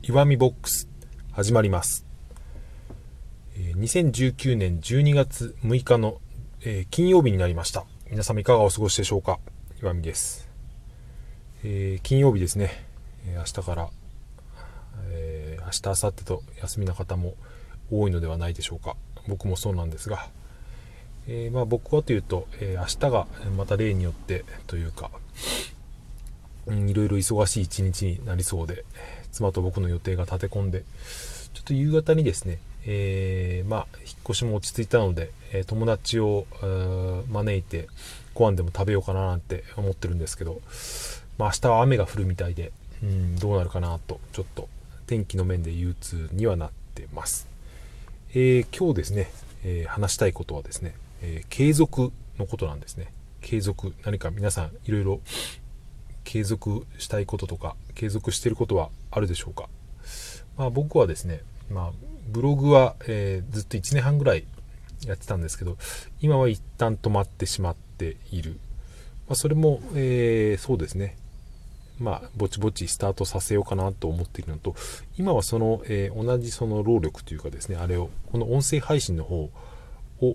岩見ボックス始まります。2019年12月6日の、金曜日になりました。皆様いかがお過ごしでしょうか。岩見です。金曜日ですね。明日から、明日明後日と休みな方も多いのではないでしょうか。僕もそうなんですが、僕はというと、明日がまた例によってというか、いろいろ忙しい一日になりそうで、妻と僕の予定が立て込んで、ちょっと夕方にですね、引っ越しも落ち着いたので、友達を招いてご飯でも食べようかななんて思ってるんですけど、明日は雨が降るみたいで、どうなるかなと、ちょっと天気の面で憂鬱にはなってます。今日ですね、話したいことはですね、継続のことなんですね。継続、何か皆さんいろいろ継続したいこととか継続していることはあるでしょうか。僕はですね、ブログは、ずっと1年半ぐらいやってたんですけど、今は一旦止まってしまっている。それも、そうですね、ぼちぼちスタートさせようかなと思っているのと、今はその、同じその労力というかですね、あれをこの音声配信の方を、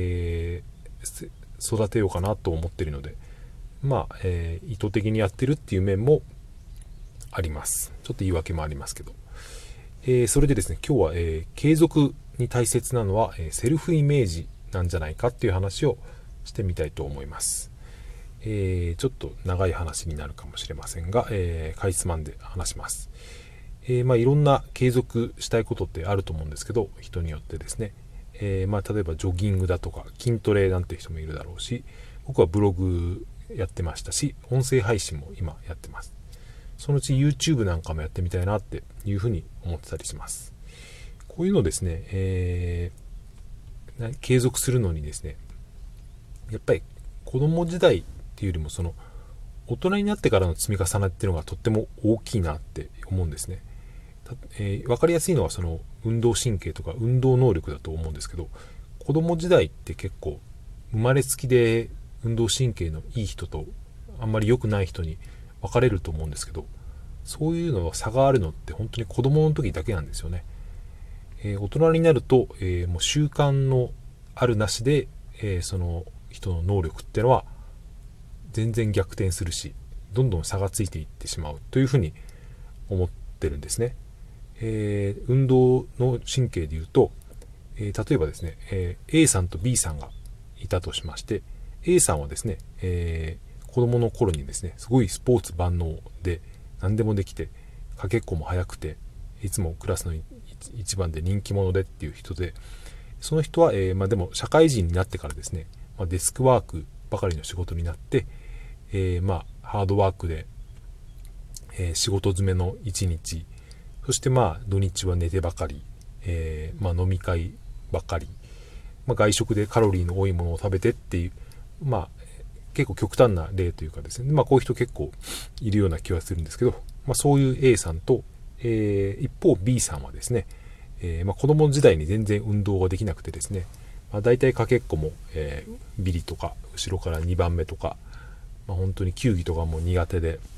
育てようかなと思っているので、意図的にやってるっていう面もあります。ちょっと言い訳もありますけど、それでですね、今日は、継続に大切なのは、セルフイメージなんじゃないかっていう話をしてみたいと思います。ちょっと長い話になるかもしれませんが、かいつまんで話します。いろんな継続したいことってあると思うんですけど、人によってですね、例えばジョギングだとか筋トレなんて人もいるだろうし、僕はブログやってましたし、音声配信も今やってます。そのうち YouTube なんかもやってみたいなっていうふうに思ってたりします。こういうのですね、継続するのにですね、やっぱり子供時代っていうよりもその大人になってからの積み重ねっていうのがとっても大きいなって思うんですね。分かりやすいのはその運動神経とか運動能力だと思うんですけど、子供時代って結構生まれつきで運動神経のいい人とあんまり良くない人に分かれると思うんですけど、そういうの差があるのって本当に子供の時だけなんですよね。大人になると、もう習慣のあるなしで、その人の能力っていうのは全然逆転するし、どんどん差がついていってしまうというふうに思ってるんですね。運動の神経でいうと、例えばですね、A さんと B さんがいたとしまして、 A さんはですね、子供の頃にですね、すごいスポーツ万能で何でもできて、かけっこも早くて、いつもクラスの一番で人気者でっていう人で、その人は、でも社会人になってからですね、デスクワークばかりの仕事になって、ハードワークで、仕事詰めの一日、そして土日は寝てばかり、飲み会ばかり、外食でカロリーの多いものを食べてっていう、結構極端な例というかですね、こういう人結構いるような気はするんですけど、そういう A さんと、一方 B さんはですね、子供時代に全然運動ができなくてですね、大体かけっこも、ビリとか後ろから2番目とか、本当に球技とかも苦手で、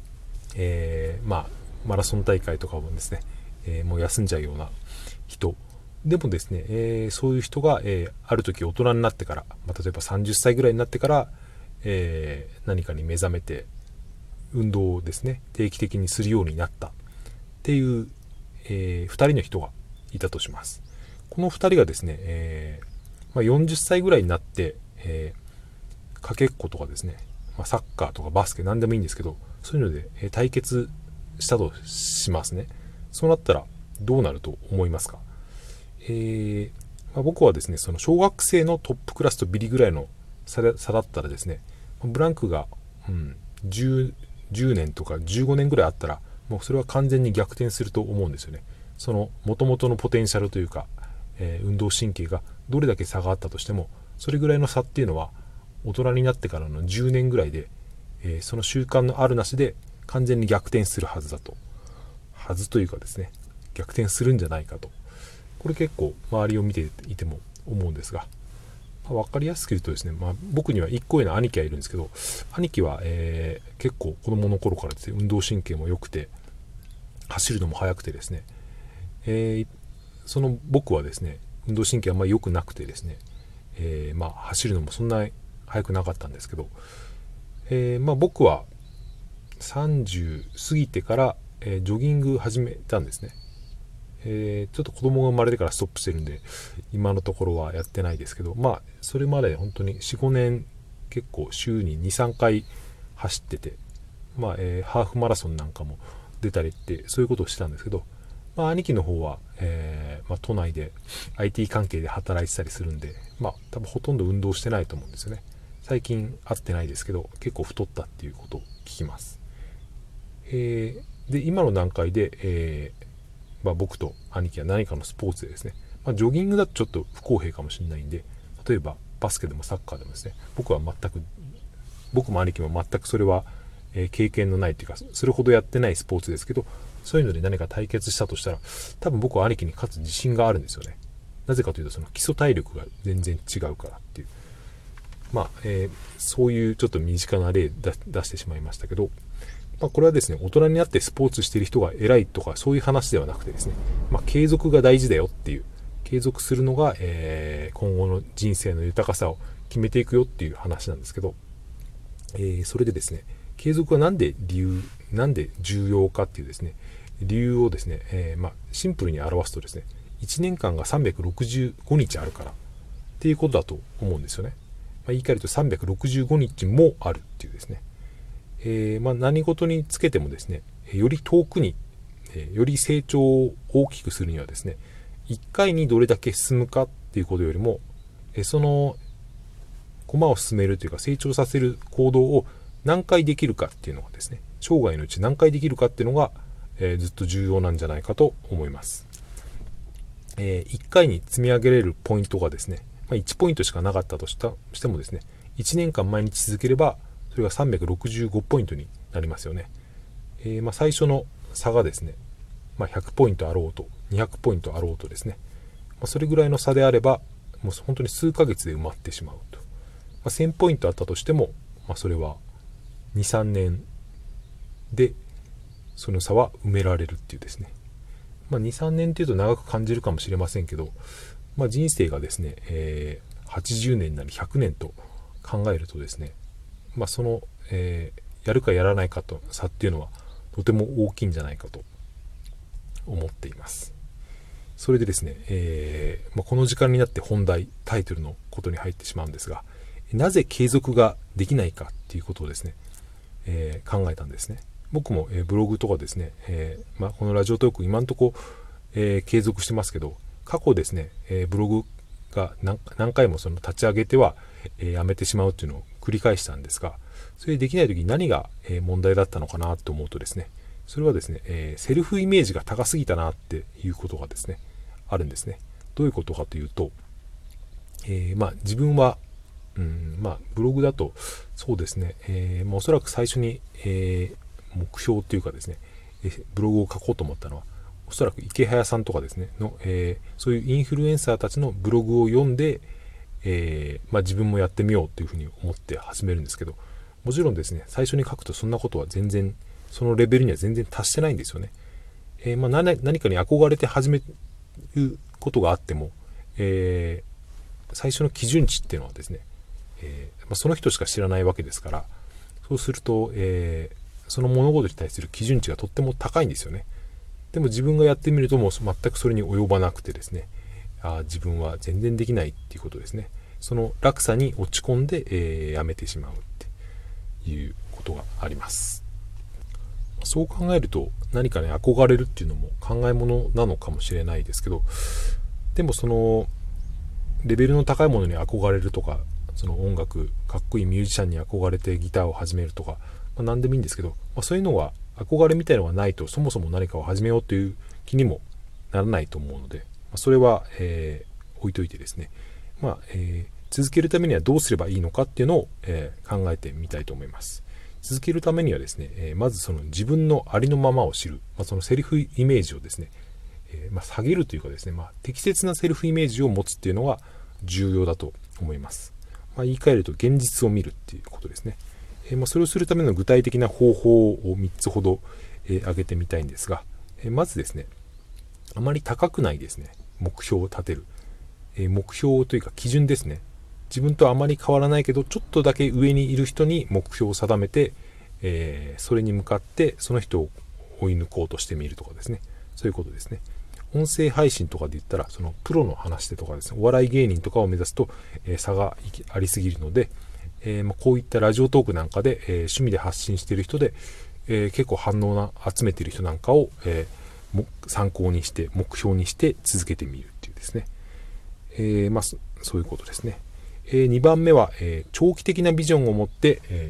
マラソン大会とかもですね、もう休んじゃうような人でもですね、そういう人が、ある時大人になってから、例えば30歳ぐらいになってから、何かに目覚めて運動をですね定期的にするようになったっていう、2人の人がいたとします。この2人がですね、40歳ぐらいになって、かけっことかですね、サッカーとかバスケ何でもいいんですけど、そういうので、対決したとしますね。そうなったらどうなると思いますか。僕はですね、その小学生のトップクラスとビリぐらいの差だったらですね、ブランクが、10年とか15年ぐらいあったら、もうそれは完全に逆転すると思うんですよね。その元々のポテンシャルというか、運動神経がどれだけ差があったとしても、それぐらいの差っていうのは大人になってからの10年ぐらいで、その習慣のあるなしで完全に逆転するはずというかですね、逆転するんじゃないかと、これ結構周りを見ていても思うんですが、分かりやすく言うとですね、僕には1個上の兄貴がいるんですけど、兄貴は、結構子供の頃からですね、運動神経も良くて走るのも速くてですね、その僕はですね運動神経あんまり良くなくてですね、走るのもそんなに速くなかったんですけど、僕は30過ぎてから、ジョギング始めたんですね。ちょっと子供が生まれてからストップしてるんで今のところはやってないですけど、それまで本当に 4,5 年結構週に 2,3 回走ってて、ハーフマラソンなんかも出たりってそういうことをしてたんですけど、兄貴の方は、都内で IT 関係で働いてたりするんで、多分ほとんど運動してないと思うんですよね。最近会ってないですけど結構太ったっていうことを聞きます。で今の段階で、僕と兄貴は何かのスポーツでですね、ジョギングだとちょっと不公平かもしれないんで、例えばバスケでもサッカーでもですね、僕も兄貴も全くそれは、経験のないというかそれほどやってないスポーツですけど、そういうので何か対決したとしたら多分僕は兄貴に勝つ自信があるんですよね。なぜかというとその基礎体力が全然違うからっていう、そういうちょっと身近な例出してしまいましたけど、これはですね大人になってスポーツしている人が偉いとかそういう話ではなくてですね、継続が大事だよっていう、継続するのが、今後の人生の豊かさを決めていくよっていう話なんですけど、それでですね継続はなんで重要かっていうですね理由をですね、シンプルに表すとですね1年間が365日あるからっていうことだと思うんですよね。言い換えると365日もあるっていうですね、何事につけてもですねより遠くに、より成長を大きくするにはですね1回にどれだけ進むかっていうことよりも、その駒を進めるというか成長させる行動を何回できるかっていうのがですね生涯のうち何回できるかっていうのが、ずっと重要なんじゃないかと思います。1回に積み上げれるポイントがですね、1ポイントしかなかったとしてもですね1年間毎日続ければそれが365ポイントになりますよね。最初の差がですね、100ポイントあろうと200ポイントあろうとですね、それぐらいの差であればもう本当に数ヶ月で埋まってしまうと、1000ポイントあったとしても、それは 2,3 年でその差は埋められるっていうですね、2,3 年っていうと長く感じるかもしれませんけど、人生がですね、80年なり100年と考えるとですね、その、やるかやらないかと差っていうのはとても大きいんじゃないかと思っています。それでですね、この時間になって本題タイトルのことに入ってしまうんですが、なぜ継続ができないかっていうことをですね、考えたんですね。僕も、ブログとかですね、このラジオトーク今んとこ、継続してますけど、過去ですね、ブログが何回もその立ち上げては、やめてしまうっていうのを繰り返したんですが、それできない時に何が、問題だったのかなと思うとですね、それはですね、セルフイメージが高すぎたなっていうことがですねあるんですね。どういうことかというと、自分はブログだとそうですね、おそらく最初に、目標というかですね、ブログを書こうと思ったのはおそらく池早さんとかですねの、そういうインフルエンサーたちのブログを読んで、自分もやってみようというふうに思って始めるんですけど、もちろんですね最初に書くとそんなことは全然そのレベルには全然達してないんですよね。何かに憧れて始めることがあっても、最初の基準値っていうのはですね、その人しか知らないわけですから、そうすると、その物事に対する基準値がとっても高いんですよね。でも自分がやってみるともう全くそれに及ばなくてですね、自分は全然できないっていうことですね。その落差に落ち込んで、やめてしまうっていうことがあります。そう考えると何かね憧れるっていうのも考え物なのかもしれないですけど、でもそのレベルの高いものに憧れるとか、その音楽かっこいいミュージシャンに憧れてギターを始めるとか、何でもいいんですけど、そういうのは憧れみたいのがないとそもそも何かを始めようという気にもならないと思うので、それは、置いといてですね、続けるためにはどうすればいいのかっていうのを、考えてみたいと思います。続けるためにはですね、まずその自分のありのままを知る、そのセルフイメージをですね、下げるというかですね、適切なセルフイメージを持つっていうのが重要だと思います。言い換えると現実を見るっていうことですね。それをするための具体的な方法を3つほど、挙げてみたいんですが、 まずですね、あまり高くないですね、目標を立てる。目標というか基準ですね。自分とあまり変わらないけど、ちょっとだけ上にいる人に目標を定めて、それに向かってその人を追い抜こうとしてみるとかですね。そういうことですね。音声配信とかで言ったら、そのプロの話でとかですね、お笑い芸人とかを目指すと、差がありすぎるので、こういったラジオトークなんかで、趣味で発信している人で、結構反応集めている人なんかを、参考にして目標にして続けてみるっていうですね、そういうことですね。2番目は、長期的なビジョンを持って、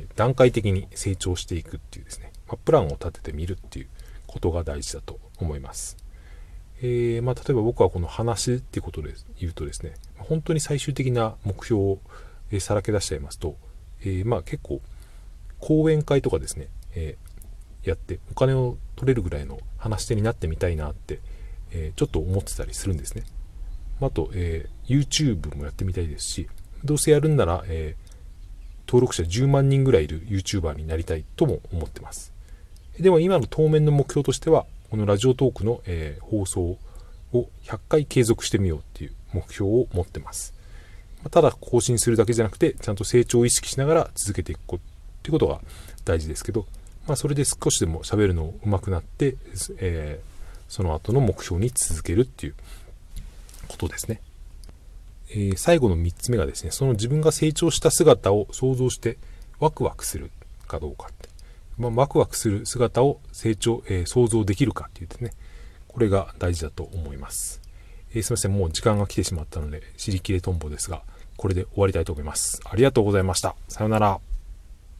段階的に成長していくっていうですね、プランを立ててみるっていうことが大事だと思います。例えば僕はこの話っていうことで言うとですね、本当に最終的な目標を、さらけ出しちゃいますと、結構講演会とかですね、やってお金を取れるぐらいの話し手になってみたいなって、ちょっと思ってたりするんですね。あと、YouTube もやってみたいですし、どうせやるんなら、登録者10万人ぐらいいる YouTuber になりたいとも思ってます。でも今の当面の目標としては、このラジオトークの、放送を100回継続してみようっていう目標を持ってます。ただ更新するだけじゃなくて、ちゃんと成長を意識しながら続けていくっていうことが大事ですけど、それで少しでも喋るの上手くなって、その後の目標に続けるっていうことですね。最後の3つ目がですね、その自分が成長した姿を想像してワクワクするかどうかって、ワクワクする姿を想像できるかっていうですね、これが大事だと思います。すいません、もう時間が来てしまったので尻切れトンボですが、これで終わりたいと思います。ありがとうございました。さようなら。